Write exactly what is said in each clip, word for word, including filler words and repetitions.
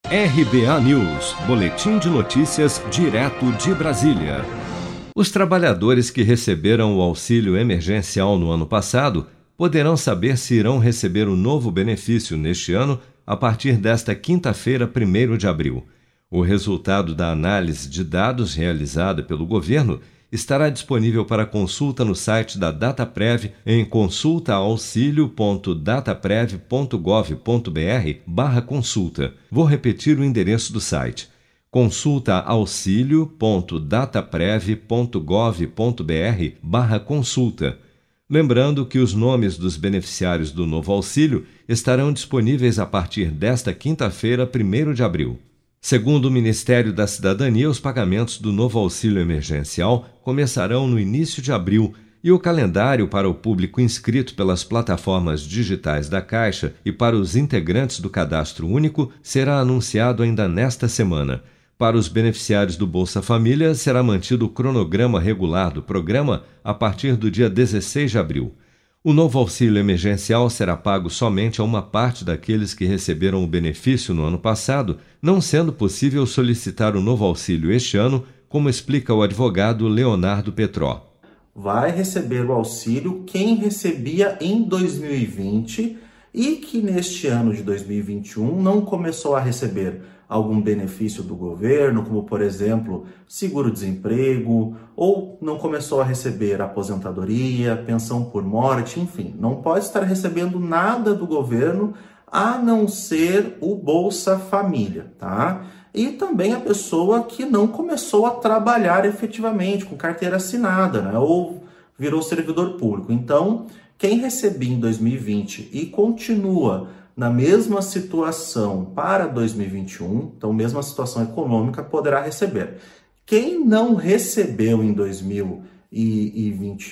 R B A News, boletim de notícias direto de Brasília. Os trabalhadores que receberam o auxílio emergencial no ano passado poderão saber se irão receber o novo benefício neste ano a partir desta quinta-feira, primeiro de abril. O resultado da análise de dados realizada pelo governo estará disponível para consulta no site da Dataprev em consulta auxílio ponto dataprev ponto gov ponto br barra consulta. Vou repetir o endereço do site: consulta auxílio ponto dataprev ponto gov ponto br barra consulta. Lembrando que os nomes dos beneficiários do novo auxílio estarão disponíveis a partir desta quinta-feira, primeiro de abril. Segundo o Ministério da Cidadania, os pagamentos do novo auxílio emergencial começarão no início de abril e o calendário para o público inscrito pelas plataformas digitais da Caixa e para os integrantes do Cadastro Único será anunciado ainda nesta semana. Para os beneficiários do Bolsa Família, será mantido o cronograma regular do programa a partir do dia dezesseis de abril. O novo auxílio emergencial será pago somente a uma parte daqueles que receberam o benefício no ano passado, não sendo possível solicitar o novo auxílio este ano, como explica o advogado Leonardo Petró. Vai receber o auxílio quem recebia em dois mil e vinte e que neste ano de dois mil e vinte e um não começou a receber algum benefício do governo, como, por exemplo, seguro-desemprego, ou não começou a receber aposentadoria, pensão por morte, enfim, não pode estar recebendo nada do governo a não ser o Bolsa Família, tá? E também a pessoa que não começou a trabalhar efetivamente, com carteira assinada, né? Ou virou servidor público. Então, quem recebia em dois mil e vinte e continua na mesma situação para dois mil e vinte e um, então mesma situação econômica, poderá receber. Quem não recebeu em dois mil e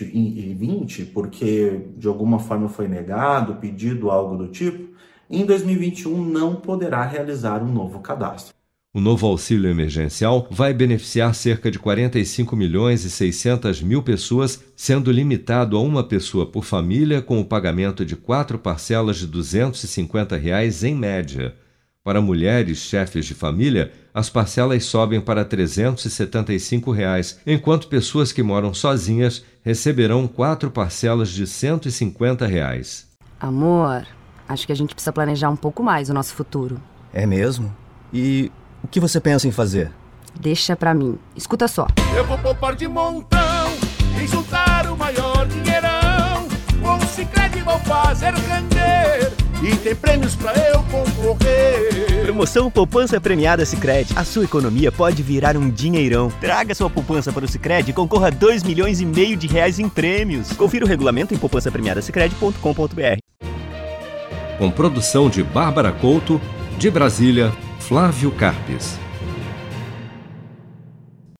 vinte, porque de alguma forma foi negado, pedido, algo do tipo, em dois mil e vinte e um não poderá realizar um novo cadastro. O novo auxílio emergencial vai beneficiar cerca de quarenta e cinco milhões e seiscentas mil pessoas, sendo limitado a uma pessoa por família, com o pagamento de quatro parcelas de duzentos e cinquenta reais em média. Para mulheres chefes de família, as parcelas sobem para trezentos e setenta e cinco reais, enquanto pessoas que moram sozinhas receberão quatro parcelas de cento e cinquenta reais. Amor, acho que a gente precisa planejar um pouco mais o nosso futuro. É mesmo? E o que você pensa em fazer? Deixa pra mim. Escuta só. Eu vou poupar de montão e juntar o maior dinheirão. Com o Sicredi vou fazer render e tem prêmios pra eu concorrer. Promoção Poupança Premiada Sicredi. A sua economia pode virar um dinheirão. Traga sua poupança para o Sicredi e concorra a dois milhões e meio de reais em prêmios. Confira o regulamento em poupança premiada sicredi ponto com ponto br. Com produção de Bárbara Couto, de Brasília, Flávio Carpes.